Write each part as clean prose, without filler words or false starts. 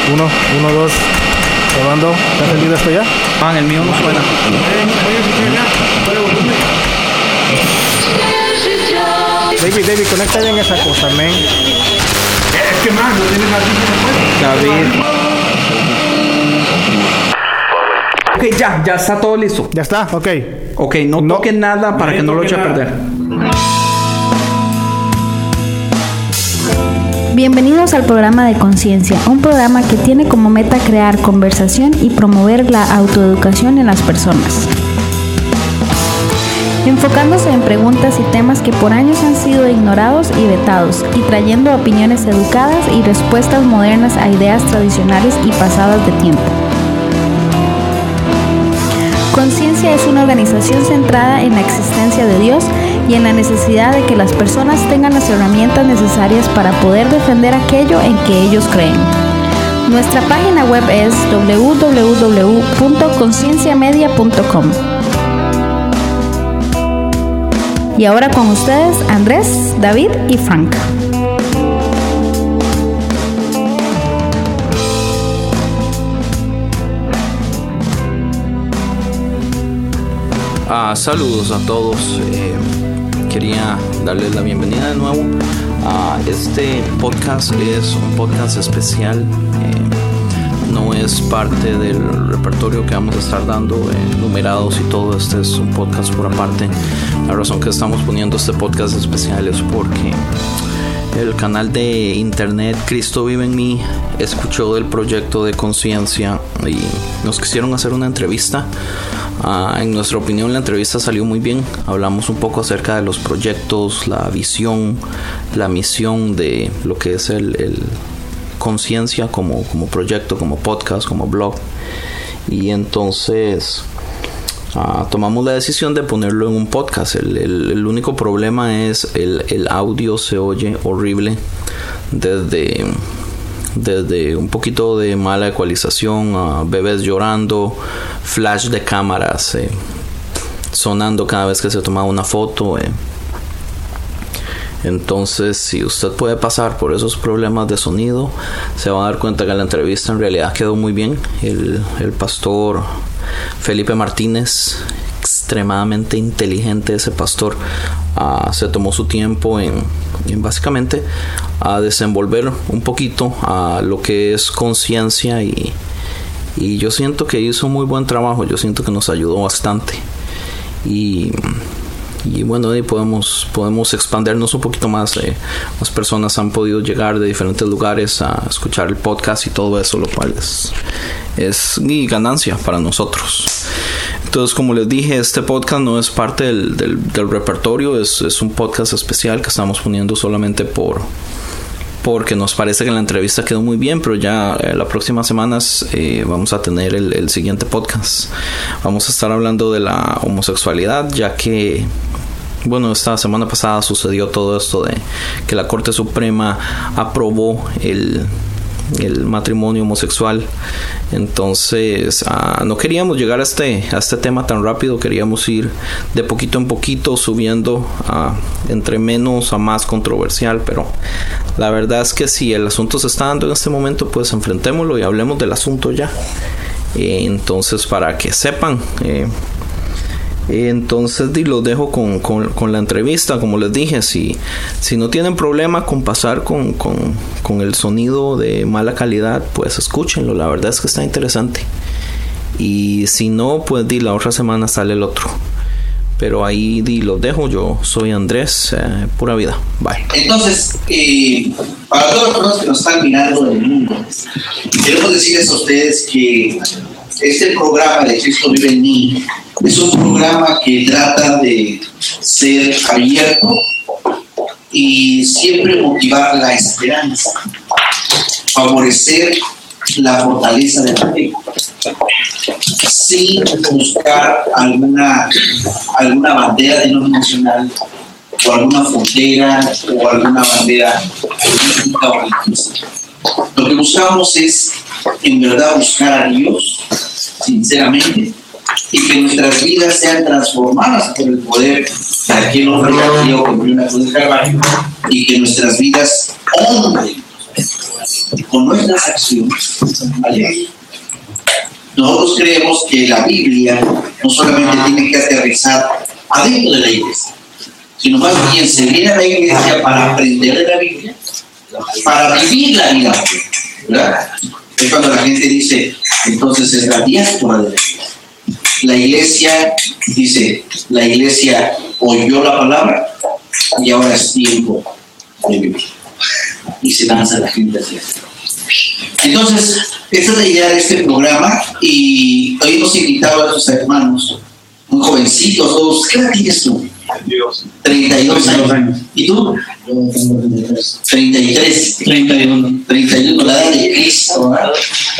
Uno, dos. Probando. ¿Está encendido esto ya? En el mío no suena. David, conecta bien esa cosa, men. Es que más, no tienes David. Ok, ya está todo listo. Ya está, ok. Ok, no toquen nada para que no lo eche a perder. Bienvenidos al programa de Conciencia, un programa que tiene como meta crear conversación y promover la autoeducación en las personas. Enfocándose en preguntas y temas que por años han sido ignorados y vetados, y trayendo opiniones educadas y respuestas modernas a ideas tradicionales y pasadas de tiempo. Conciencia es una organización centrada en la existencia de Dios y en la necesidad de que las personas tengan las herramientas necesarias para poder defender aquello en que ellos creen. Nuestra página web es www.concienciamedia.com. Y ahora con ustedes, Andrés, David y Frank. Saludos a todos. Quería darles la bienvenida de nuevo a este podcast. Es un podcast especial. No es parte del repertorio que vamos a estar dando numerados y todo. Este es un podcast por aparte. La razón que estamos poniendo este podcast especial es porque el canal de internet Cristo Vive en Mí escuchó del proyecto de Conciencia y nos quisieron hacer una entrevista. En nuestra opinión la entrevista salió muy bien. Hablamos un poco acerca de los proyectos, la visión, la misión de lo que es el Conciencia como proyecto, como podcast, como blog. Y entonces tomamos la decisión de ponerlo en un podcast. El único problema es el audio se oye horrible desde un poquito de mala ecualización, bebés llorando, flash de cámaras sonando cada vez que se toma una foto. Entonces, si usted puede pasar por esos problemas de sonido, se va a dar cuenta que la entrevista en realidad quedó muy bien. El pastor Felipe Martínez, extremadamente inteligente ese pastor, se tomó su tiempo en básicamente a desenvolver un poquito a lo que es conciencia y yo siento que hizo muy buen trabajo. Yo siento que nos ayudó bastante y bueno, ahí podemos expandirnos un poquito más. Más personas han podido llegar de diferentes lugares a escuchar el podcast y todo eso, lo cual es ganancia para nosotros. Entonces, como les dije, este podcast no es parte del repertorio. Es un podcast especial que estamos poniendo solamente porque nos parece que la entrevista quedó muy bien, pero ya las próximas semanas vamos a tener el siguiente podcast. Vamos a estar hablando de la homosexualidad, ya que esta semana pasada sucedió todo esto de que la Corte Suprema aprobó el matrimonio homosexual. Entonces no queríamos llegar a este tema tan rápido. Queríamos ir de poquito en poquito subiendo entre menos a más controversial, pero la verdad es que si el asunto se está dando en este momento, pues enfrentémoslo y hablemos del asunto ya. Entonces, para que sepan, entonces los dejo con la entrevista. Como les dije, si no tienen problema con pasar con el sonido de mala calidad, pues escúchenlo. La verdad es que está interesante. Y si no, pues la otra semana sale el otro. Pero ahí los dejo. Yo soy Andrés, pura vida. Bye. Entonces, para todas las personas que nos están mirando del mundo, queremos decirles a ustedes que este programa de Cristo Vive en Mí es un programa que trata de ser abierto y siempre motivar la esperanza, favorecer la fortaleza de la fe, sin buscar alguna bandera denominacional o alguna frontera o alguna bandera política o religiosa. Lo que buscamos es, en verdad, buscar a Dios, sinceramente, y que nuestras vidas sean transformadas por el poder de aquel hombre que murió en la cruz del Calvario, y que nuestras vidas honren con nuestras acciones a Dios. Nosotros creemos que la Biblia no solamente tiene que aterrizar adentro de la iglesia, sino más bien se viene a la iglesia para aprender de la Biblia, para vivir la vida, ¿verdad? Es cuando la gente dice, entonces es la diáspora de la iglesia. La iglesia dice, la iglesia oyó la palabra y ahora es tiempo de vivir. Y se lanza la gente hacia esto. Entonces, esta es la idea de este programa y hoy hemos invitado a nuestros hermanos, muy jovencitos todos. ¿Qué edad tienes tú? 32 años. ¿Y tú? 33. 31, la edad de Cristo, ¿verdad?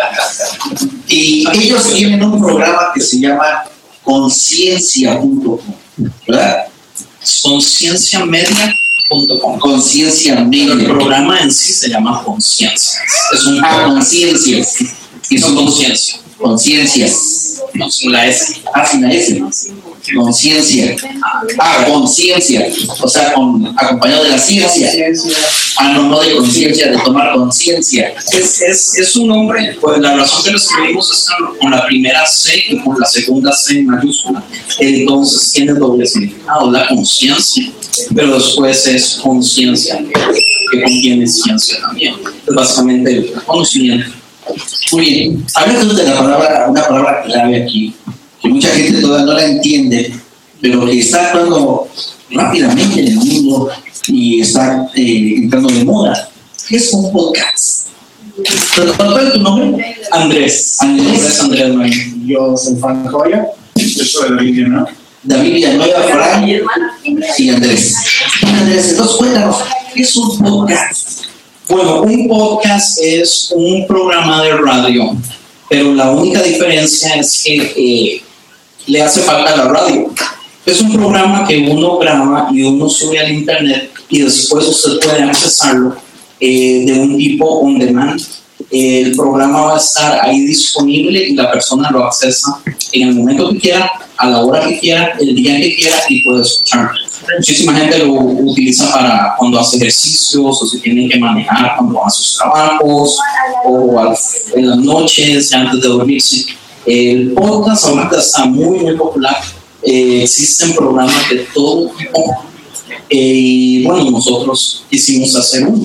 Y ellos tienen un programa que se llama Conciencia.com, ¿verdad? Concienciamedia.com. Conciencia Media. El programa en sí se llama Conciencia. Es un conciencias. Y son conciencia. Conciencias. No, sin la S. Sin la S. Conciencia. Conciencia. O sea, acompañado de la ciencia. No de conciencia, de tomar conciencia. Es un nombre, pues la razón que lo escribimos es con la primera C y con la segunda C en mayúscula. Entonces tiene doble significado, la conciencia, pero después es conciencia, que contiene ciencia también. Es básicamente el conocimiento. Muy bien. Hablando de una palabra clave aquí, que mucha gente todavía no la entiende, pero que está actuando rápidamente en el mundo y está entrando de moda. ¿Qué es un podcast? ¿Cuál es tu nombre? Andrés Marín. Yo soy Frank Joya. Yo soy David Villanueva. David Villanueva, Frank y Andrés. Andrés, entonces cuéntanos, ¿qué es un podcast? Bueno, un podcast es un programa de radio, pero la única diferencia es que le hace falta la radio. Es un programa que uno graba y uno sube al internet y después usted puede accesarlo de un tipo on demand. El programa va a estar ahí disponible y la persona lo accesa en el momento que quiera, a la hora que quiera, el día que quiera y puede escucharlo. Muchísima gente lo utiliza para cuando hace ejercicios o si tienen que manejar cuando van a sus trabajos o en las noches antes de dormirse. El podcast ahorita está muy popular. Existen programas de todo tipo y bueno, nosotros quisimos hacer uno.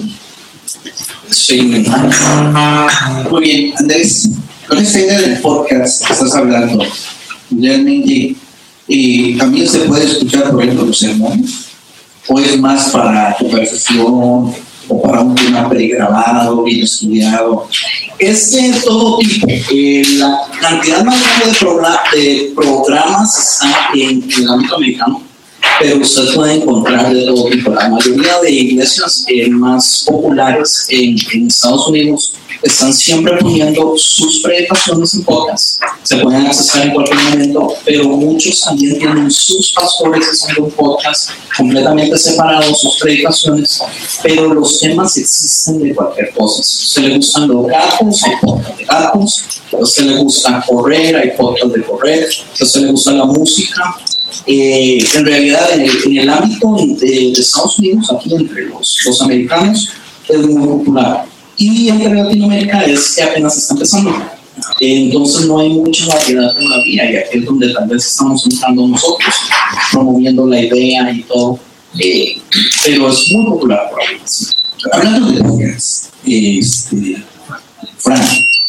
Muy bien, Andrés, con esta idea del podcast que estás hablando, realmente también se puede escuchar, por ejemplo, los sermones, o es más para conversación o para un tema pregrabado, bien estudiado. Es de todo tipo. La cantidad más grande de programas está en el ámbito americano, pero usted puede encontrar de todo tipo. La mayoría de iglesias más populares en Estados Unidos están siempre poniendo sus predicaciones en podcast. Se pueden accesar en cualquier momento, pero muchos también tienen sus pastores haciendo un podcast completamente separados, sus predicaciones, pero los temas existen de cualquier cosa. Si a usted le gustan los gatos, hay podcast de gatos. Si a usted le gusta correr, hay podcast de correr. Si a usted le gusta la música, en realidad en el ámbito de Estados Unidos, aquí entre los americanos, es muy popular. Y entre Latinoamérica es que apenas está empezando. Entonces no hay mucha variedad todavía y aquí es donde tal vez estamos entrando nosotros, promoviendo la idea y todo. Pero es muy popular por ahí. Hablando de podcast, Frank,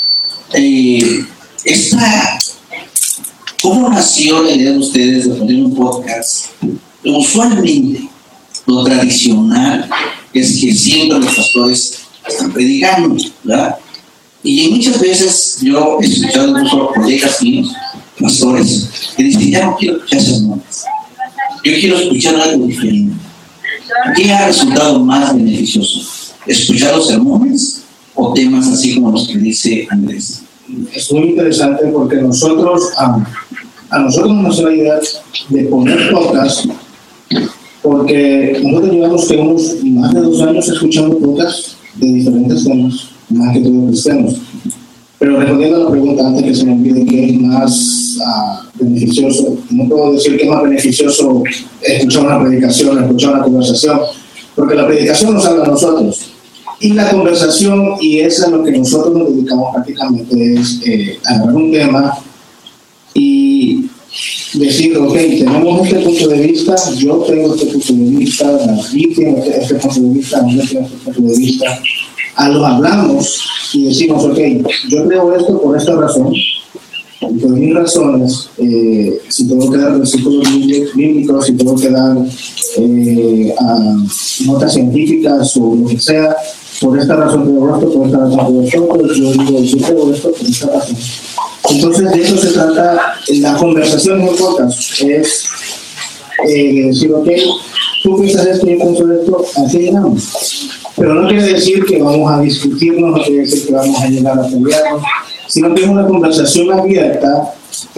¿cómo nació la idea de ustedes de poner un podcast? Usualmente, lo tradicional es que siempre los pastores están predicando, ¿verdad? Y muchas veces yo he escuchado incluso colegas míos, pastores, que dicen, ya no quiero escuchar sermones, yo quiero escuchar algo diferente. ¿Qué ha resultado más beneficioso? ¿Escuchar los sermones o temas así como los que dice Andrés? Es muy interesante porque a nosotros nos nació la idea de poner podcast, porque nosotros llevamos que unos más de 2 años escuchando podcast de diferentes temas, más que todo cristianos. Pero respondiendo a la pregunta antes que se me olvide, ¿qué es más beneficioso? No puedo decir que es más beneficioso escuchar una predicación, escuchar una conversación, porque la predicación nos habla a nosotros, Y la conversación, y eso es lo que nosotros nos dedicamos prácticamente, es agarrar un tema y decir, ok, tenemos este punto de vista, yo tengo este punto de vista, David tiene este punto de vista, Andrés tiene este punto de vista. Lo hablamos y decimos, ok, yo creo esto por esta razón, por mis razones, si tengo que dar versículos bíblicos, si tengo que dar notas científicas o lo que sea, por esta razón creo esto, por esta razón creo esto, pero yo digo, yo creo esto por esta razón. Entonces de eso se trata la conversación en el podcast, es decir, ok, tú piensas esto, yo pienso esto, así llegamos. Pero no quiere decir que vamos a discutirnos, no quiere decir que vamos a llegar a pelearnos, sino que es una conversación abierta,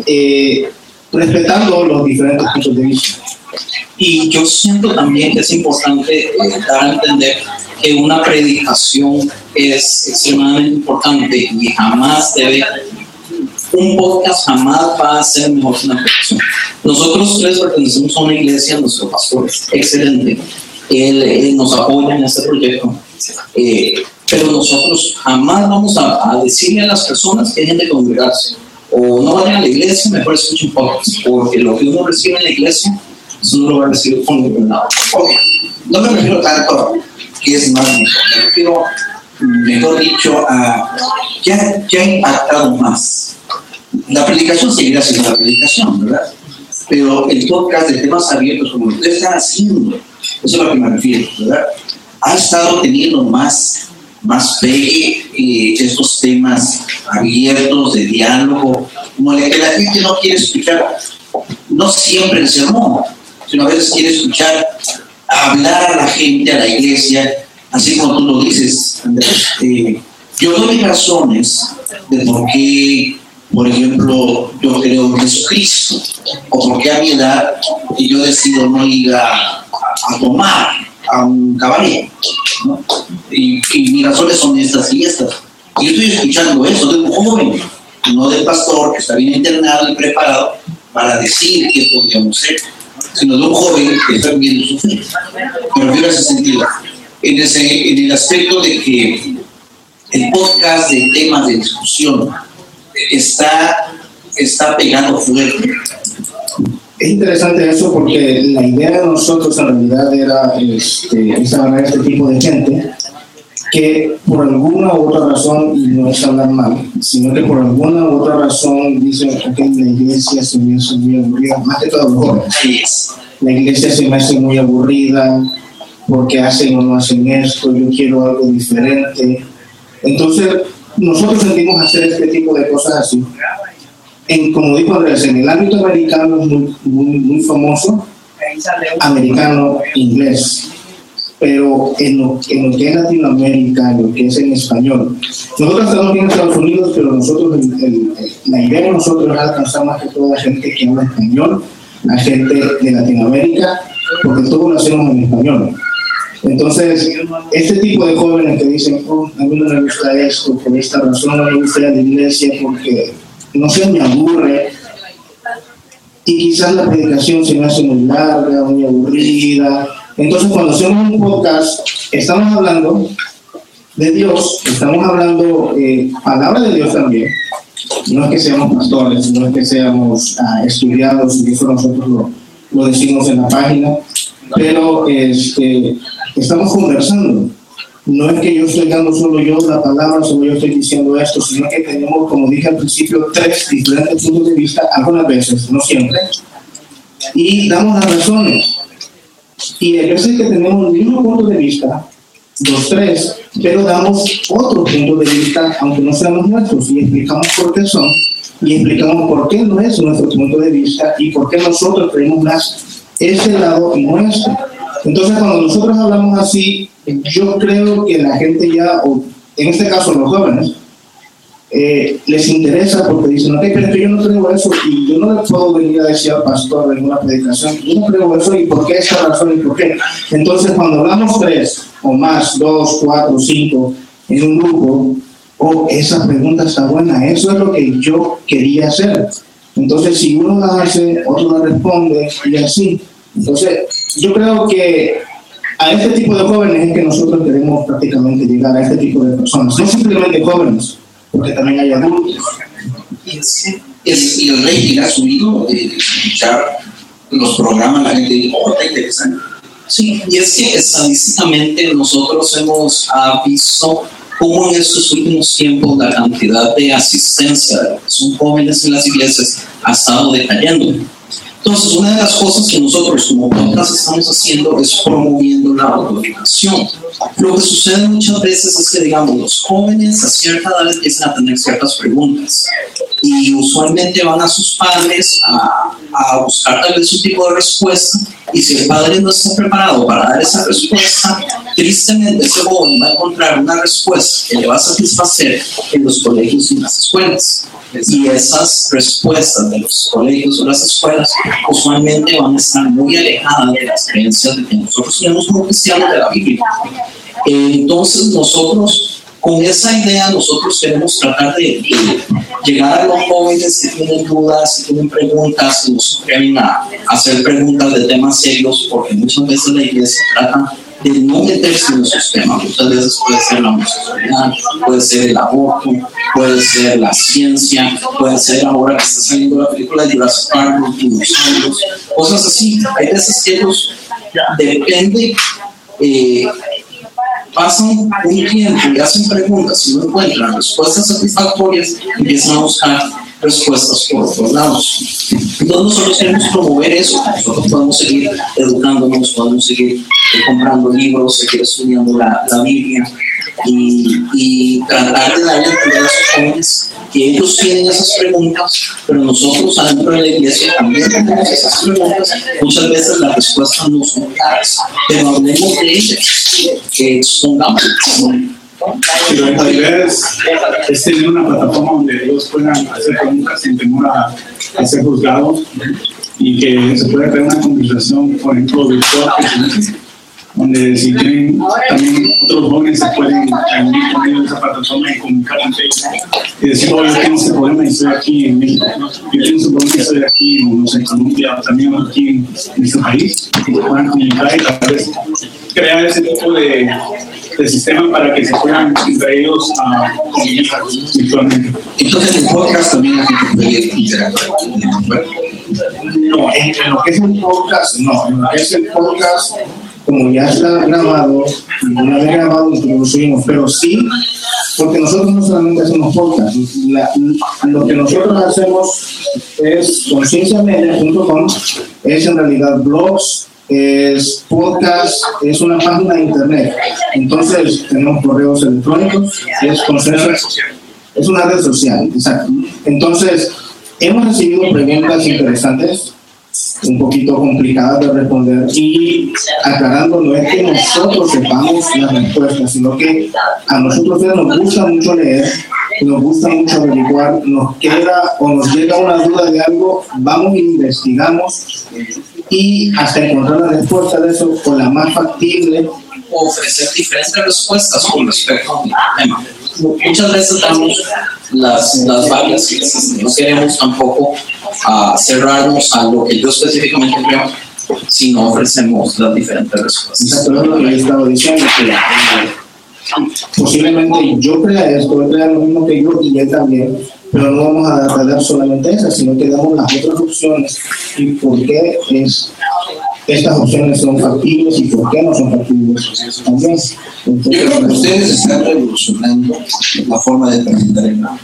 respetando los diferentes puntos de vista. Y yo siento también que es importante dar a entender que una predicación es extremadamente importante y jamás debe, un podcast jamás va a ser mejor que una predicación. Nosotros tres pertenecemos a una iglesia, nuestro pastor es excelente, él nos apoya en este proyecto, pero nosotros jamás vamos a decirle a las personas que dejen de congregarse o no vayan a la iglesia, mejor escuchen podcast, porque lo que uno recibe en la iglesia, eso no lo va a recibir con ningún lado. Okay. No me refiero tanto que es más, me refiero, mejor dicho, a que ha impactado más. La predicación seguirá siendo la predicación, ¿verdad? Pero el podcast de temas abiertos, como ustedes están haciendo, eso es a lo que me refiero, ¿verdad? Ha estado teniendo más pegue estos temas abiertos de diálogo, como el que la gente no quiere escuchar, no siempre el sermón, sino a veces quiere escuchar hablar a la gente, a la iglesia, así como tú lo dices, Andrés. Yo doy mis razones de por qué, por ejemplo, yo creo en Jesucristo, o por qué a mi edad yo decido no ir a tomar a un caballero, ¿no? Y mis razones son estas y estas. Y yo estoy escuchando eso de un joven, no del pastor que está bien internado y preparado para decir qué podríamos ser, sino de un joven que está viviendo su fe. Me refiero a ese sentido. En el aspecto de que el podcast de temas de discusión está pegando fuerte. Es interesante eso porque la idea de nosotros en realidad era agarrar este tipo de gente que por alguna u otra razón, y no es hablar mal, sino que por alguna u otra razón dicen que la iglesia se me hace muy aburrida, más que todo los jóvenes. La iglesia se me hace muy aburrida porque hacen o no hacen esto, yo quiero algo diferente. Entonces nosotros sentimos hacer este tipo de cosas así. Como dijo Andrés, en el ámbito americano es muy famoso, americano, inglés, pero en lo que es Latinoamérica, en lo que es en español, nosotros estamos aquí en Estados Unidos, pero nosotros, la idea de nosotros es alcanzar más que toda la gente que habla español, a gente de Latinoamérica, porque todos lo hacemos en español. Entonces, este tipo de jóvenes que dicen, a mí no me gusta esto, por esta razón no me gusta ir a la iglesia, porque no sé, me aburre, y quizás la predicación se me hace muy larga, muy aburrida. Entonces cuando hacemos un podcast estamos hablando de Dios, estamos hablando palabra de Dios también. No es que seamos pastores, no es que seamos estudiados, y eso nosotros lo decimos en la página, pero estamos conversando. No es que yo estoy dando solo yo la palabra, solo yo estoy diciendo esto, sino que tenemos, como dije al principio, 3 diferentes puntos de vista, algunas veces, no siempre, y damos las razones. Y hay veces que tenemos el mismo punto de vista, 2, 3, pero damos otro punto de vista, aunque no seamos nuestros, y explicamos por qué son, y explicamos por qué no es nuestro punto de vista, y por qué nosotros creemos más este lado y no este. Entonces, cuando nosotros hablamos así, yo creo que la gente ya, o en este caso los jóvenes, les interesa porque dicen, ok, pero yo no creo eso y yo no le puedo venir a decir al pastor en una predicación, yo no creo eso y por qué esa razón y por qué. Entonces, cuando hablamos 3 o más, 2, 4, 5 en un grupo, esa pregunta está buena, eso es lo que yo quería hacer. Entonces, si uno la hace, otro la responde y así. Entonces, yo creo que a este tipo de jóvenes es que nosotros queremos prácticamente llegar a este tipo de personas, no simplemente jóvenes, porque también hay adultos. Y el rating ha subido de escuchar los programas, la gente dice, oh, está interesante. Sí, y es que estadísticamente nosotros hemos visto cómo en estos últimos tiempos la cantidad de asistencia de los que son jóvenes en las iglesias ha estado decayendo. Entonces, una de las cosas que nosotros como podcast estamos haciendo es promoviendo la autoeducación. Lo que sucede muchas veces es que, digamos, los jóvenes a cierta edad empiezan a tener ciertas preguntas y usualmente van a sus padres a buscar tal vez un tipo de respuesta, y si el padre no está preparado para dar esa respuesta, tristemente ese joven va a encontrar una respuesta que le va a satisfacer en los colegios y en las escuelas. Y esas respuestas de los colegios o las escuelas usualmente van a estar muy alejadas de las creencias de que nosotros tenemos como cristianos de la Biblia. Entonces nosotros, con esa idea, nosotros queremos tratar de llegar a los jóvenes que tienen dudas, que tienen preguntas, que nos atreven a hacer preguntas de temas serios, porque muchas veces la iglesia trata de no meterse en esos temas. Muchas veces puede ser la homosexualidad, puede ser el aborto, puede ser la ciencia, puede ser ahora que está saliendo la película de Jurassic Park, los dinosaurios, cosas así. Hay veces que ellos depende, pasan un tiempo y hacen preguntas y no encuentran respuestas satisfactorias, empiezan a buscar respuestas por otros lados. Entonces nosotros queremos promover eso. Nosotros podemos seguir educándonos, podemos seguir comprando libros, seguir estudiando la Biblia y tratar de darle a entender a esos jóvenes que ellos tienen esas preguntas, pero nosotros adentro de la iglesia también tenemos esas preguntas. Muchas veces las respuestas no son claras, pero hablemos de ellas, que expongamos. Pero la idea es tener una plataforma donde ellos puedan hacer preguntas sin temor a ser juzgados, y que se pueda crear una conversación, por ejemplo, virtual, donde si tienen también otros jóvenes se pueden unir con ellos esa plataforma y comunicar entre ellos y decir, oh, yo tengo este problema y estoy aquí en México, yo tengo este problema y estoy aquí, no sé, en Colombia, o también aquí en este país, y se puedan comunicar y tal vez crear ese tipo de sistema para que se puedan entre ellos convivir virtualmente. Entonces, en el podcast también la gente puede interactuar. No, en lo que es el podcast, no. En lo que es el podcast, como ya está grabado, una vez grabado lo subimos, pero sí, porque nosotros no solamente hacemos podcast, lo que nosotros hacemos es concienciamedia.com, es en realidad blogs, es podcast, es una página de internet. Entonces tenemos correos electrónicos, es una red social, exacto. Entonces hemos recibido preguntas interesantes, un poquito complicadas de responder, y aclarando, no es que nosotros sepamos las respuestas, sino que a nosotros nos gusta mucho leer, nos gusta mucho averiguar, nos queda o nos llega una duda de algo, vamos e investigamos y hasta encontrar la respuesta de eso o la más factible, o ofrecer diferentes respuestas con respecto al tema. Muchas veces damos las varias que no queremos tampoco cerrarnos a lo que yo específicamente creo, sino ofrecemos las diferentes respuestas. Exacto, es lo que yo estaba diciendo, que posiblemente yo crea esto, él crea lo mismo que yo y él también, pero no vamos a dar solamente esas, sino que damos las otras opciones y por qué estas opciones son factibles y por qué no son factibles también. Entonces, yo creo que ustedes están revolucionando la forma de presentar el Evangelio.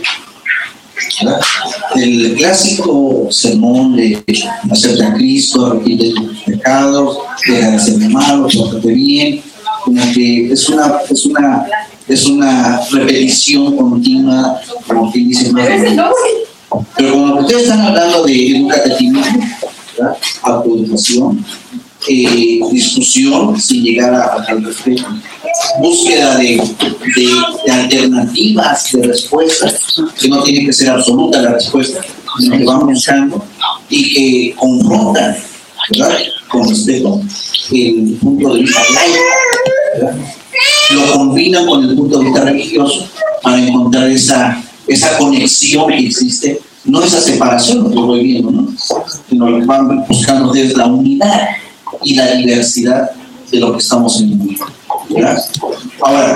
El clásico sermón de acepta a Cristo, arrepiente tus pecados, deja de ser malo, pórtate bien, como que es una repetición continua, como que dice, pero como ustedes están hablando de educarte a ti mismo, autoeducación, discusión sin llegar al respeto, búsqueda de alternativas de respuestas, que no tiene que ser absoluta la respuesta, sino que van pensando y que confrontan, ¿verdad?, con respeto el punto de vista laico, lo combinan con el punto de vista religioso para encontrar esa conexión que existe, no esa separación, lo que voy viendo, ¿no?, sino van buscando desde la unidad y la diversidad de lo que estamos en el mundo. ¿Verdad? Ahora,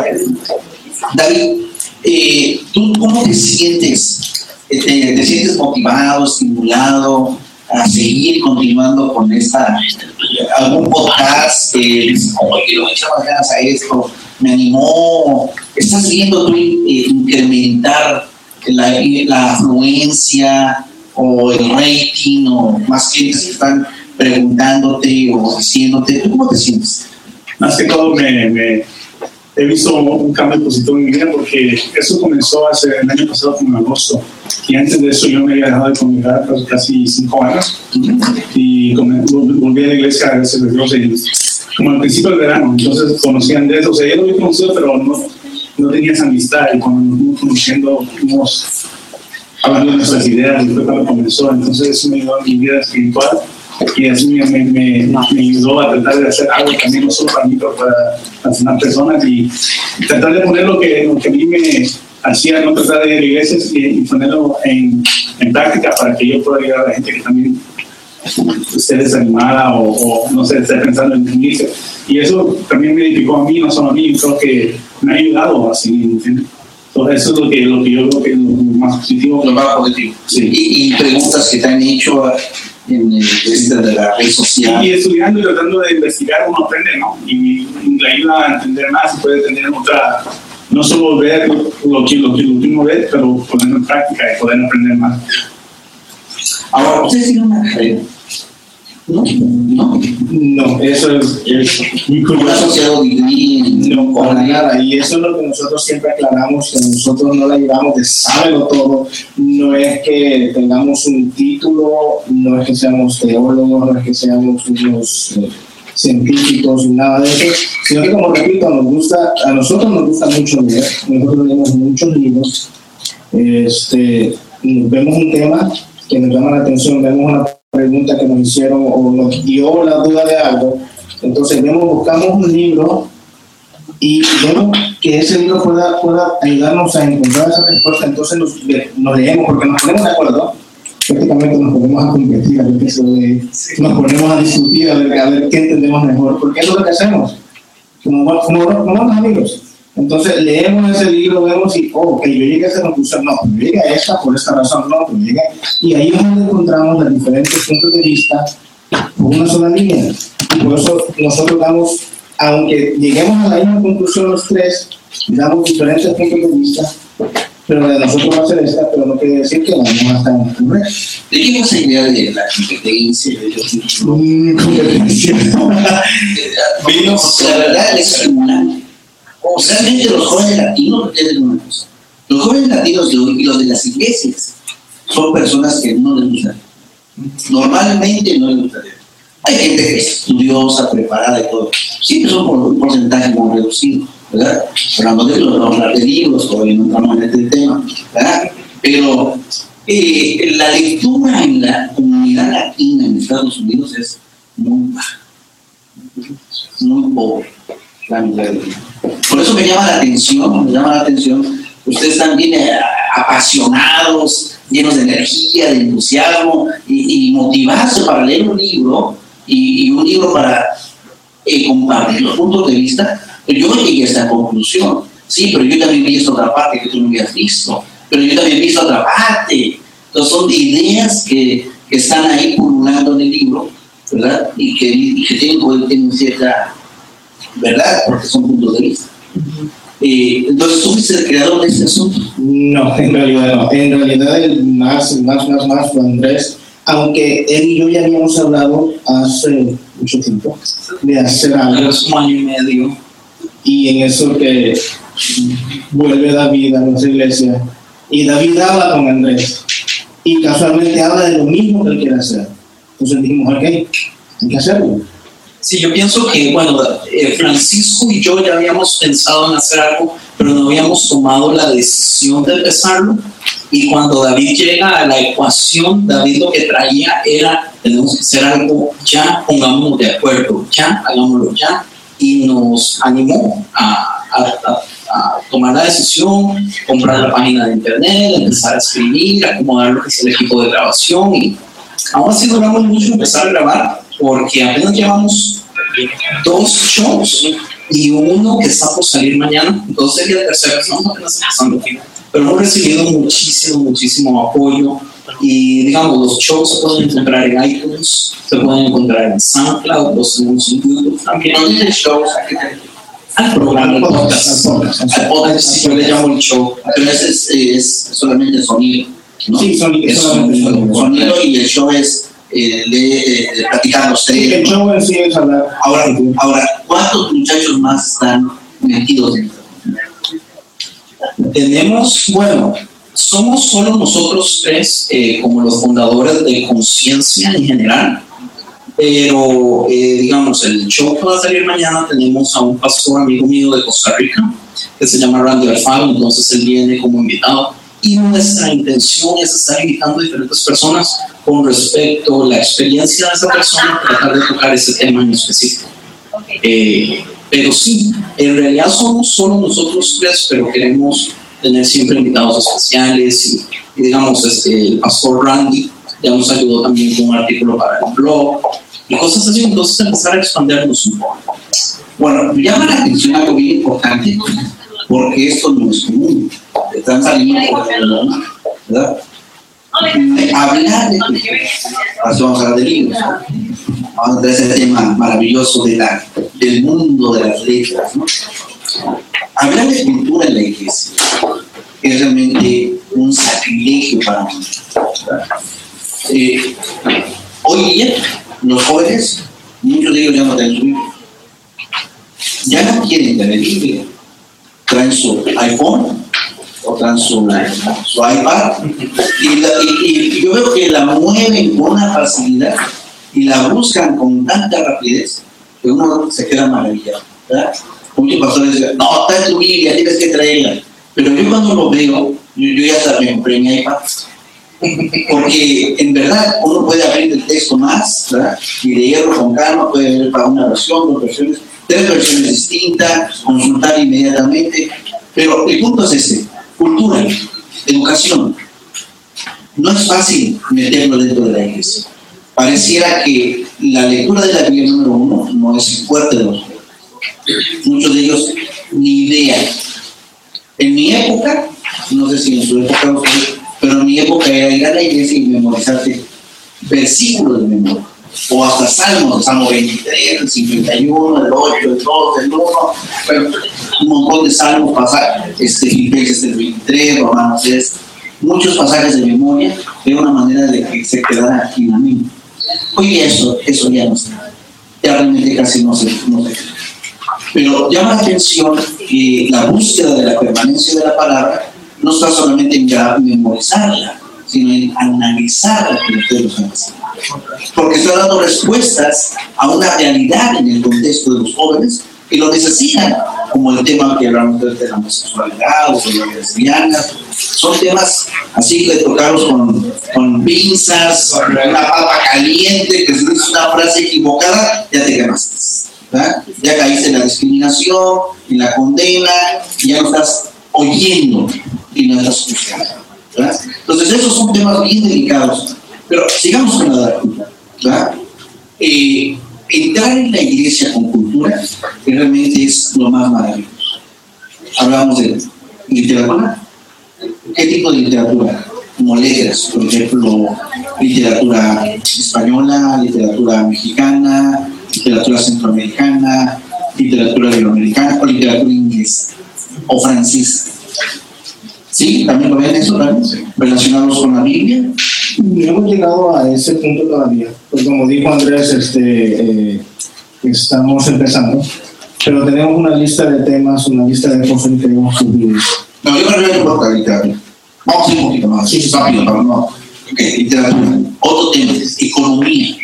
David, ¿tú cómo te sientes? ¿Te sientes motivado, estimulado a seguir continuando con algún podcast? ¿Cómo que lo echamos ganas a esto? ¿Me animó? ¿Estás viendo tú incrementar la afluencia o el rating o más clientes que están preguntándote o diciéndote? ¿Tú cómo te sientes? Más que todo he visto un cambio positivo en mi vida, porque eso comenzó el año pasado, como en agosto, y antes de eso yo me había dejado de congregar casi 5 años y volví a la iglesia, gracias a Dios, como al principio del verano. Entonces conocí a Andrés, o sea, yo lo había conocido, pero no tenía esa amistad, y cuando nos fuimos conociendo, fuimos hablando de nuestras ideas, y fue cuando comenzó. Entonces eso me ayudó en mi vida espiritual, y así me ayudó a tratar de hacer algo también, no solo para mí, pero para las demás personas, y tratar de poner lo que a mí me hacía no tratar de ir a iglesias y ponerlo en práctica, para que yo pueda ayudar a la gente que también esté desanimada o no sé, esté pensando en irse. Y eso también me edificó a mí, no solo a mí, creo que me ha ayudado así, ¿entiendes? Entonces, eso es lo que yo creo que es lo más positivo. Lo más positivo. Sí. Y preguntas que te han hecho de la red social. Y estudiando y tratando de investigar, uno aprende, ¿no? Y le ayuda a entender más, y puede tener no solo ver lo que uno ve, pero ponerlo en práctica y poder aprender más. Ahora, ¿ustedes tienen una carrera? No, eso es muy curioso. ¿Un asociado degree? No, para nada. Y eso es lo que nosotros siempre aclaramos, que nosotros no la llevamos de sábelo todo. No es que tengamos un título, no es que seamos teólogos, no es que seamos unos científicos, nada de eso, sino que, como repito, a nosotros nos gusta mucho leer. Nosotros leemos muchos libros. Vemos un tema que nos llama la atención, vemos una pregunta que nos hicieron o nos dio la duda de algo, entonces buscamos un libro y vemos que ese libro pueda ayudarnos a encontrar esa respuesta. Entonces nos leemos, porque nos ponemos de acuerdo, prácticamente nos ponemos a competir, nos ponemos a discutir, a ver qué entendemos mejor, porque eso es lo que hacemos como buenos amigos. Entonces leemos ese libro, vemos y, yo llegué a esa conclusión, no, yo llegué a esta por esta razón, no, yo llegué. Y ahí es donde encontramos los diferentes puntos de vista por una sola línea. Y por eso nosotros damos, aunque lleguemos a la misma conclusión los tres, damos diferentes puntos de vista, pero la de nosotros va a ser esta, pero no quiere decir que la vamos a estar en el correcto. ¿De qué fue esa idea de la competencia? Competencia. Vino, la verdad es estimulante. Realmente los jóvenes latinos tienen una cosa. Los jóvenes latinos y los de las iglesias son personas que no les gusta. Normalmente no les gusta. Hay gente que es estudiosa, preparada y todo. Siempre son por un porcentaje muy reducido, ¿verdad? Hablando de los libros, todavía no entramos en este tema, ¿verdad? Pero la lectura en la comunidad latina en Estados Unidos es muy baja, muy pobre. Por eso me llama la atención, ustedes están bien apasionados, llenos de energía, de entusiasmo y motivarse para leer un libro y un libro para compartir los puntos de vista. Yo llegué a esta conclusión, sí, pero yo también he visto otra parte que tú no habías visto, pero yo también he visto otra parte. Entonces son ideas que están ahí pululando en el libro, ¿verdad? Y que tienen cierta verdad, porque son puntos de vista. Entonces, ¿tú fuiste el creador de este asunto? No, en realidad no. En realidad el más fue Andrés, aunque él y yo ya habíamos hablado hace mucho tiempo de hacer algo. Hace un año y medio. Y en eso que vuelve David a nuestra iglesia, y David habla con Andrés, y casualmente habla de lo mismo que él quiere hacer. Entonces dijimos, ok, hay que hacerlo. Sí, yo pienso que, Francisco y yo ya habíamos pensado en hacer algo, pero no habíamos tomado la decisión de empezarlo. Y cuando David llega a la ecuación, David lo que traía era, tenemos que hacer algo ya, pongámonos de acuerdo, ya, hagámoslo ya. Y nos animó a tomar la decisión, comprar la página de internet, empezar a escribir, acomodar lo que es el equipo de grabación. Y aún así duramos mucho empezar a grabar, porque apenas llevamos 2 shows y uno que está por salir mañana. Entonces sería el tercero, estamos apenas empezando aquí. Pero hemos recibido muchísimo apoyo. Y digamos, los shows se pueden encontrar en iTunes, se pueden encontrar en SoundCloud, los tenemos en YouTube también. ¿No dice shows? Al programa, al podcast, si yo le llamo el show. Pero ese es solamente sonido, ¿no? Sí, sonido. Es sonido y el show es platicar los Sí, el temas. show en sí es hablar. Ahora, ¿cuántos muchachos más están metidos dentro? Tenemos, bueno, somos solo nosotros 3 como los fundadores de Conciencia en general, pero digamos, el show que va a salir mañana tenemos a un pastor amigo mío de Costa Rica que se llama Randy Alfaro, entonces él viene como invitado y nuestra intención es estar invitando a diferentes personas con respecto a la experiencia de esa persona, tratar de tocar ese tema en específico. Pero sí, en realidad somos solo nosotros 3, pero queremos tener siempre invitados especiales y digamos, el pastor Randy ya nos ayudó también con un artículo para el blog y cosas así, entonces empezar a expandirnos un poco. Bueno, me llama la atención algo bien importante, porque esto no es común. Están saliendo por el mundo, ¿verdad? Hablar de cultura. Ahora vamos a hablar de libros. Vamos a traer ese tema maravilloso del mundo de las letras, ¿no? Hablar de cultura en la iglesia es realmente un sacrilegio para mí. Hoy día, los jóvenes, muchos de ellos ya no tienen su Biblia. Ya no quieren tener Biblia. Traen su iPhone o traen su iPad y yo veo que la mueven con una facilidad y la buscan con tanta rapidez que uno se queda maravillado, ¿verdad? Muchos pastores dicen, no, está en tu Biblia, tienes que traerla. Pero yo cuando lo veo, yo ya hasta me compré mi iPad. Porque en verdad uno puede abrir el texto más, ¿verdad? Y leerlo con calma, puede ver para una versión, 2 versiones, 3 versiones distintas, consultar inmediatamente. Pero el punto es ese: cultura, educación. No es fácil meterlo dentro de la iglesia. Pareciera que la lectura de la Biblia número 1 no es el fuerte de los jóvenes. Muchos de ellos ni idea. En mi época, no sé si en su época, pero en mi época era ir a la iglesia y memorizarte versículos de memoria, o hasta salmos, el Salmo 23, el 51, el 8, el 2, el 1, bueno, un montón de salmos, Filipenses el 23, Romanos 3, muchos pasajes de memoria, de una manera de que se quedara aquí en la mente. Hoy eso ya no está, ya realmente casi no se pero llama la atención que la búsqueda de la permanencia de la palabra no está solamente en memorizarla, sino en analizar lo que ustedes nos han enseñado. Porque está dando respuestas a una realidad en el contexto de los jóvenes que lo necesitan, como el tema que hablamos de la homosexualidad o de las lesbianas. Son temas así que tocarlos con pinzas, una papa caliente, que si dices una frase equivocada, ya te quemaste, ¿verdad? Ya caíste en la discriminación, en la condena, y ya no estás oyendo y no estás escuchando, ¿verdad? Entonces esos son temas bien delicados, pero sigamos con la cultura, ¿verdad? Entrar en la iglesia con cultura realmente es lo más maravilloso. Hablamos de literatura. ¿Qué tipo de literatura? Como letras, por ejemplo, literatura española, literatura mexicana, literatura centroamericana, literatura iberoamericana o literatura inglesa o francesa. ¿Sí? ¿También lo ven eso también? ¿Relacionados con la Biblia? No hemos llegado a ese punto todavía. Pues como dijo Andrés, estamos empezando, pero tenemos una lista de temas, una lista de cosas que queremos cubrir. No, yo no importa la literatura. Vamos a ir un poquito más. Sí, rápido, pero no. Ok, literatura. Otro tema, economía.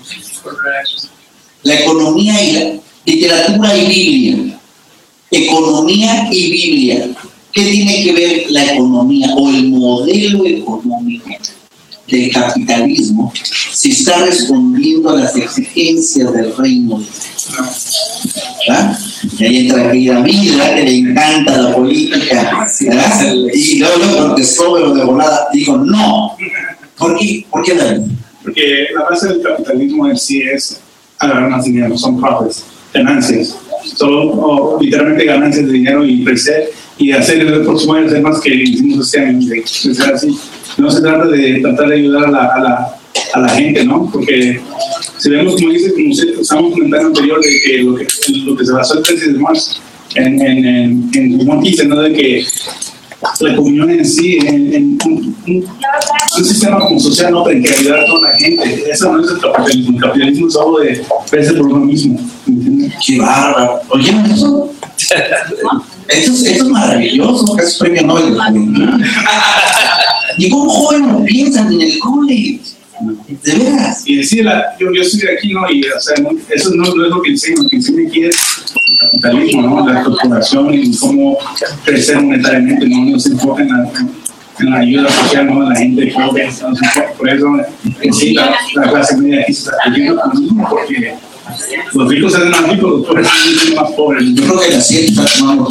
La economía y la literatura y Biblia. Economía y Biblia. ¿Qué tiene que ver la economía o el modelo económico del capitalismo si está respondiendo a las exigencias del reino? ¿Verdad? Y ahí entra aquella vida que le encanta la política, ¿verdad? Y luego protestó, pero de volada dijo no. ¿Por qué? ¿Por qué, David? Porque la base del capitalismo en sí es agarrar más dinero, son profits, ganancias. Solo literalmente ganancias de dinero y crecer y hacer el próximo año hacer más que hicimos este año. De ser así. No se trata de tratar de ayudar a la gente, ¿no? Porque si vemos, como dice, como estamos comentando anterior, de que lo que se basó el 13 de marzo en Juan 15, ¿no? De que la comunión en sí, en un sistema como social, no tiene que ayudar a toda la gente. Eso no es el capitalismo. El capitalismo es algo de verse por uno mismo. ¿Entiendes? Qué bárbaro. Oye, eso es maravilloso. Es premio Nobel de Juventud. ¿Y cómo jóvenes no piensan en el college? De veras. Y decir, yo estoy aquí, ¿no? Y o sea, eso no es lo que enseño. Lo que enseño aquí es el capitalismo, ¿no? La corporación y cómo crecer monetariamente, ¿no? Se enfoca en la ayuda social, ¿no? De la gente pobre. Por eso, en sí, la clase media aquí se está creciendo porque los ricos se hacen más ricos, los pobres se hacen más pobres. Yo creo que la ciencia está tomando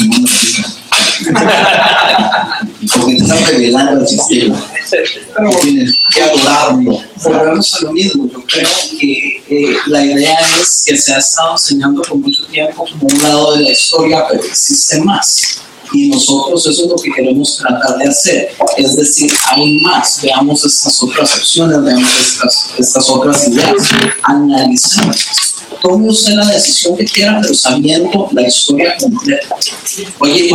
porque te está revelando el sistema. Tienes que adorarlo. Volvemos a lo mismo. Yo creo que la idea es que se ha estado enseñando por mucho tiempo como un lado de la historia, pero existe más. Y nosotros eso es lo que queremos tratar de hacer. Es decir, aún más, veamos estas otras opciones, veamos estas otras ideas, analicemos. Tome usted la decisión que quiera, pero sabiendo la historia completa. Oye,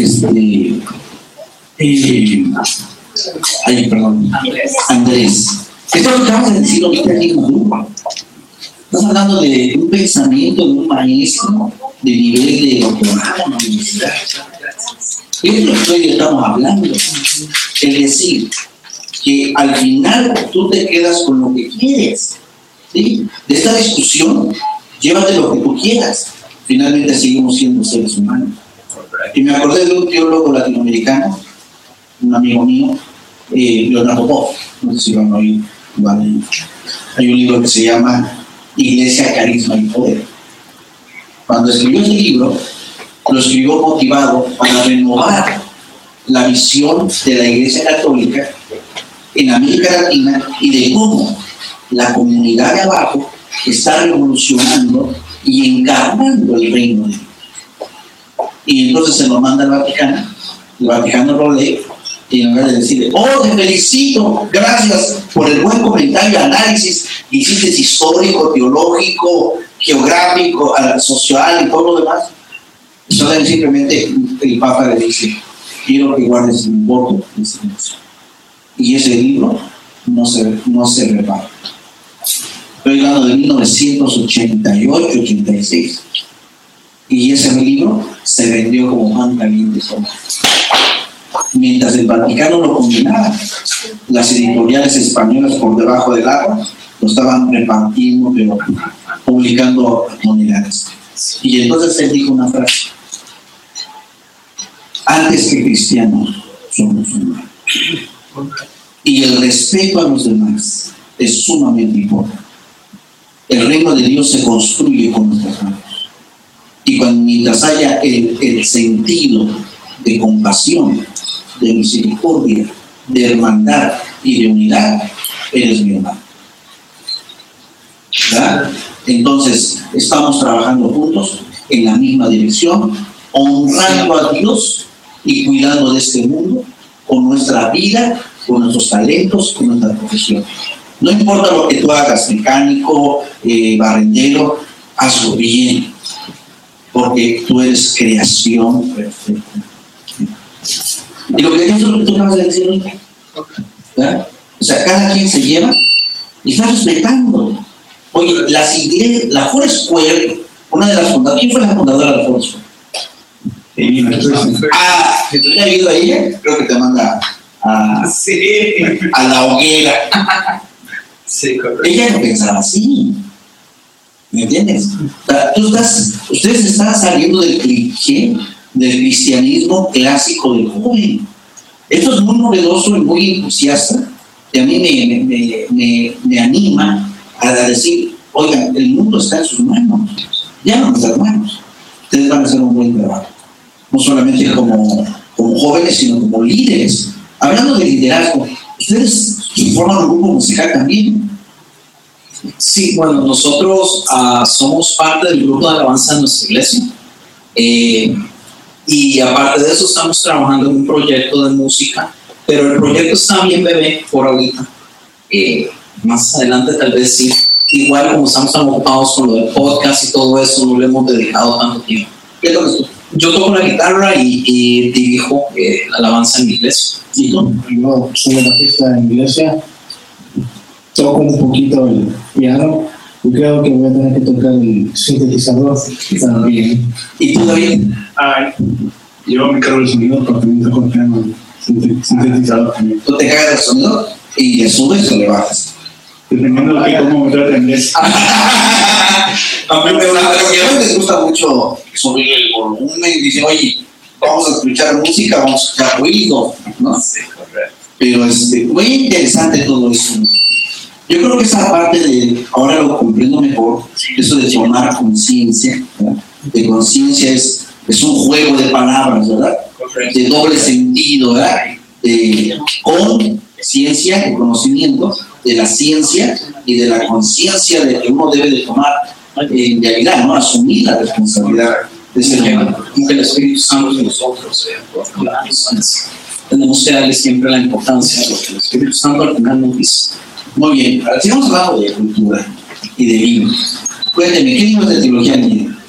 Andrés, esto es lo que acabas de decir ahorita en el mismo grupo. Estás hablando de un pensamiento de un maestro de nivel de doctorado en la universidad. Es lo que estamos hablando. Es decir, que al final tú te quedas con lo que quieres. ¿Sí? De esta discusión, llévate lo que tú quieras. Finalmente seguimos siendo seres humanos. Y me acordé de un teólogo latinoamericano, un amigo mío, Leonardo Boff, no sé si lo han oído. Vale. Hay un libro que se llama Iglesia, Carisma y Poder. Cuando escribió este libro, lo escribió motivado para renovar la visión de la Iglesia Católica en América Latina y de cómo la comunidad de abajo está revolucionando y encarnando el reino de Dios. Y entonces se lo manda al Vaticano, el Vaticano lo lee, y en lugar de decirle, oh, te felicito, gracias por el buen comentario, análisis, hiciste histórico, teológico, geográfico, social y todo lo demás, entonces simplemente el Papa le dice, quiero que guardes un voto de silencio. Y ese libro no se repara. Estoy hablando de 1988-86. Y ese libro se vendió como pan caliente solo. Mientras el Vaticano lo combinaba, las editoriales españolas por debajo del agua lo estaban repartiendo, pero publicando monedades. Y entonces él dijo una frase: antes que cristianos somos humanos. Y el respeto a los demás es sumamente importante. El reino de Dios se construye con nuestras manos. Y mientras haya el sentido de compasión, de misericordia, de hermandad y de unidad, eres mi hermano. ¿Verdad? Entonces, estamos trabajando juntos en la misma dirección, honrando a Dios y cuidando de este mundo con nuestra vida, con nuestros talentos, con nuestra profesión. No importa lo que tú hagas, mecánico, barrendero, hazlo bien, porque tú eres creación perfecta. Y lo que es lo que tú acabas de decir, ¿verdad? O sea, cada quien se lleva y está respetando. Oye, las iglesias, la Foursquare, una de las fundadoras, ¿quién fue la fundadora de la Foursquare? Que tú hayas ido a ella, creo que te manda a la hoguera. Sí, ella no pensaba así. ¿Me entiendes? O sea, ustedes están saliendo del cliché del cristianismo clásico del joven. Esto es muy novedoso y muy entusiasta, y a mí me anima a decir, oigan, el mundo está en sus manos, llaman a mis hermanos, ustedes van a hacer un buen trabajo, no solamente como jóvenes, sino como líderes. Hablando de liderazgo, ustedes forman un grupo musical también, Sí, bueno, nosotros somos parte del grupo de alabanza de nuestra iglesia. Y aparte de eso estamos trabajando en un proyecto de música, pero el proyecto está bien bebé por ahorita. Más adelante tal vez sí. Igual como estamos tan ocupados con lo del podcast y todo eso, no le hemos dedicado tanto tiempo. ¿Qué tocas tú? Yo toco la guitarra y dirijo la alabanza en mi iglesia. ¿Y tú? Yo soy bajista en mi iglesia, toco un poquito el piano y creo que voy a tener que tocar el sintetizador también. ¿Y tú, David? Yo me encargo del sonido, pero también toco el piano sintetizador también. Tú te cargas el sonido y le subes o le bajas. Dependiendo de cómo me trate en inglés. A mí me gusta mucho subir el volumen y dicen, oye, vamos a escuchar música, vamos a escuchar ruido, ¿no? Sí, correcto. Pero es muy interesante todo eso. Yo creo que esa parte de, ahora lo comprendo mejor, eso de tomar conciencia, ¿verdad? De conciencia es un juego de palabras, ¿verdad? De doble sentido, ¿verdad? Con ciencia, el conocimiento de la ciencia y de la conciencia de que uno debe de tomar en realidad, ¿no? Asumir la responsabilidad de ese tema. Como que el Espíritu Santo de nosotros, tenemos que darle siempre la importancia de lo que el Espíritu Santo al final nos dice. Muy bien, ahora sigamos hablando de cultura y de libros. Cuénteme, ¿qué libros de teología tienen?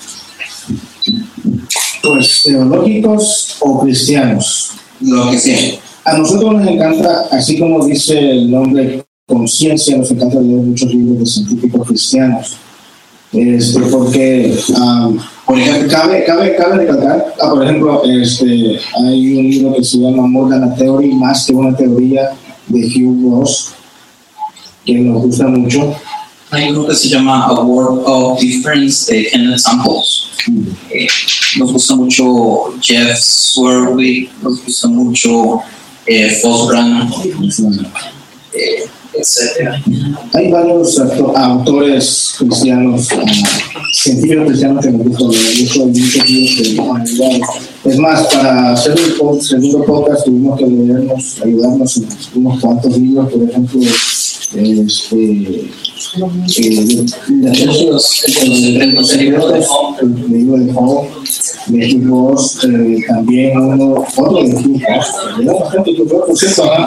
Pues teológicos o cristianos. Lo que sea. A nosotros nos encanta, así como dice el nombre conciencia, nos encanta leer muchos libros de científicos cristianos. Porque, por ejemplo, cabe recalcar, por ejemplo, hay un libro que se llama More Than a Theory, más que una teoría, de Hugh Ross, que nos gusta mucho. Hay uno que se llama A World of Difference de Kenneth Samples. Nos gusta mucho Jeff Swerwick, nos gusta mucho Fosbran, etc. Hay varios autores cristianos, científicos cristianos que nos gustan mucho, muchos libros de humanidades. Es más, para hacer el segundo podcast tuvimos que ayudarnos en unos cuantos libros, por ejemplo, el libro de Job, de Hugh Ross, también otro de Hugh Ross,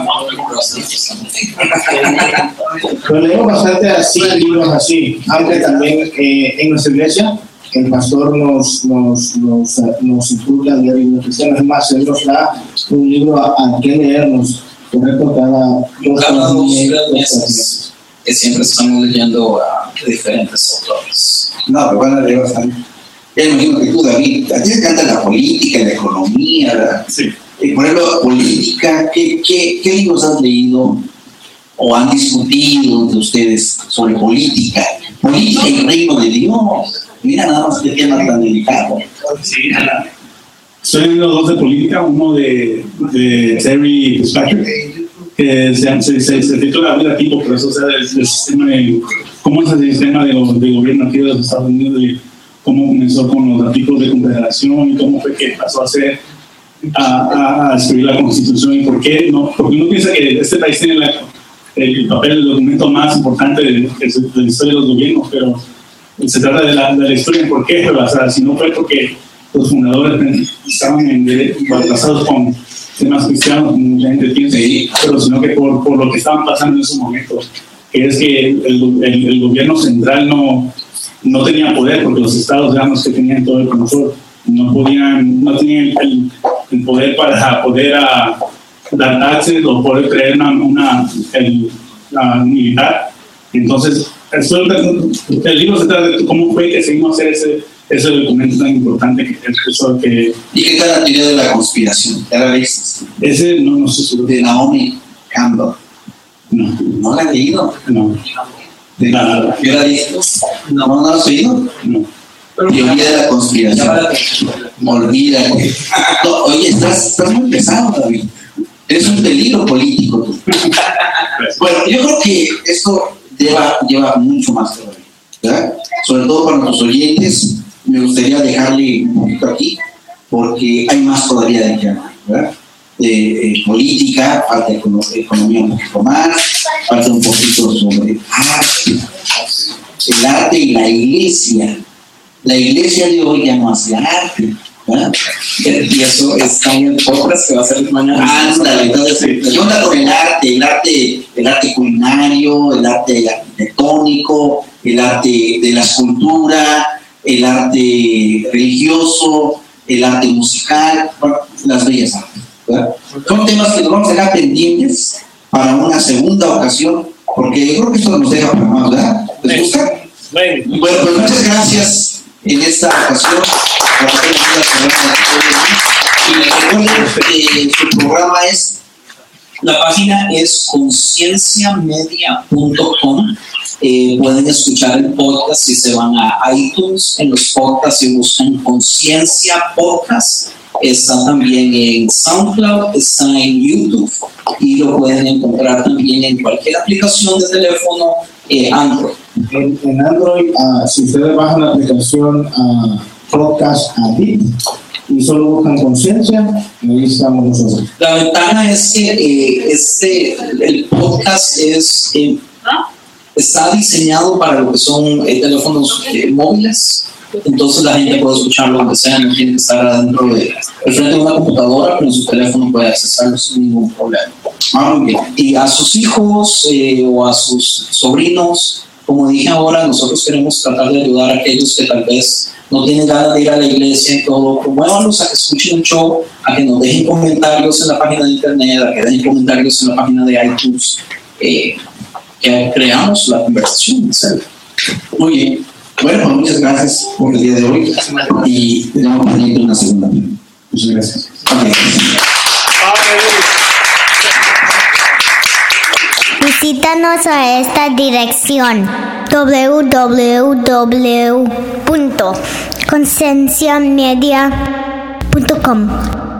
pero leemos bastante así, libros así, aunque también en nuestra iglesia el pastor nos inculca a leer libros cristianos. Es más, él nos da un libro a que leernos, correcto, cada 2 meses, que siempre estamos leyendo a diferentes autores. No, pero van a leer bastante. Ya imagino que tú, David, a ti te encanta la política, la economía, ¿verdad? Sí. Por ejemplo, política, ¿qué libros has leído o han discutido entre ustedes sobre política? Política y reino de Dios. Mira nada más que tema tan delicado. Sí, estoy leyendo 2 de política, uno de Terry Fitzpatrick, que se titula Vida Tipo, pero eso, o sea, el sistema de cómo es el sistema de gobierno aquí de los Estados Unidos, de cómo comenzó con los artículos de confederación y cómo fue que pasó a escribir la Constitución y por qué no, porque uno piensa que este país tiene el papel, el documento más importante de la historia de los gobiernos, pero se trata de la historia, ¿por qué? Pero, o sea, si no fue porque los fundadores estaban basados con temas cristianos, mucha gente piensa, pero sino que por lo que estaban pasando en esos momentos, que es que el gobierno central no tenía poder, porque los estados eran los que tenían todo el control, no tenían el poder para poder dar taxes o poder crear una militar. Entonces, el libro se trata de cómo fue que seguimos a hacer ese documento tan importante que es eso que... ¿Y qué tal la teoría de la conspiración? ¿Ya la leíste? Ese no sé si... De Naomi Campbell. ¿No la has leído? No. Nada. ¿Yo la leído? ¿No la has oído? No. Teoría de la conspiración. Olvídate. No, oye, estás muy pesado, David. Eres un peligro político tú. Bueno, yo creo que esto lleva mucho más todavía, ¿verdad? Sobre todo para nuestros oyentes, me gustaría dejarle un poquito aquí, porque hay más todavía de que hablar, ¿verdad? Política, falta economía un poquito más, falta un poquito sobre arte, el arte y la iglesia. La iglesia de hoy ya no hace arte, ¿verdad? Y eso está en el podcast que va a ser mañana. Entonces, ¿qué onda con el arte? El arte culinario, el arte arquitectónico, el arte de la escultura, el arte religioso, el arte musical, las bellas artes, ¿verdad? Son temas que nos vamos a dejar pendientes para una segunda ocasión, porque yo creo que esto nos deja para más, ¿verdad? ¿Les gusta? Bueno, pues muchas gracias en esta ocasión. Y les recuerdo que su programa es, la página es concienciamedia.com. Pueden escuchar el podcast si se van a iTunes, en los podcasts y buscan Conciencia Podcast. Está también en SoundCloud, está en YouTube y lo pueden encontrar también en cualquier aplicación de teléfono Android. En Android, si ustedes bajan la aplicación Podcast Addict y solo buscan Conciencia, ahí estamos nosotros. La ventaja es que el podcast está diseñado para lo que son teléfonos móviles. Entonces la gente puede escucharlo donde sea, no tiene que estar adentro del frente de una computadora, pero en su teléfono puede accesarlo sin ningún problema. Muy bien. Y a sus hijos o a sus sobrinos, como dije ahora, nosotros queremos tratar de ayudar a aquellos que tal vez no tienen ganas de ir a la iglesia y todo. Promuévanlos a que escuchen un show, a que nos dejen comentarios en la página de internet, a que dejen comentarios en la página de iTunes, que creamos la conversación. Muy bien. Bueno, pues muchas gracias por el día de hoy y tenemos pendiente una segunda. Muchas gracias. Okay. Visítanos a esta dirección www.concienciamedia.com.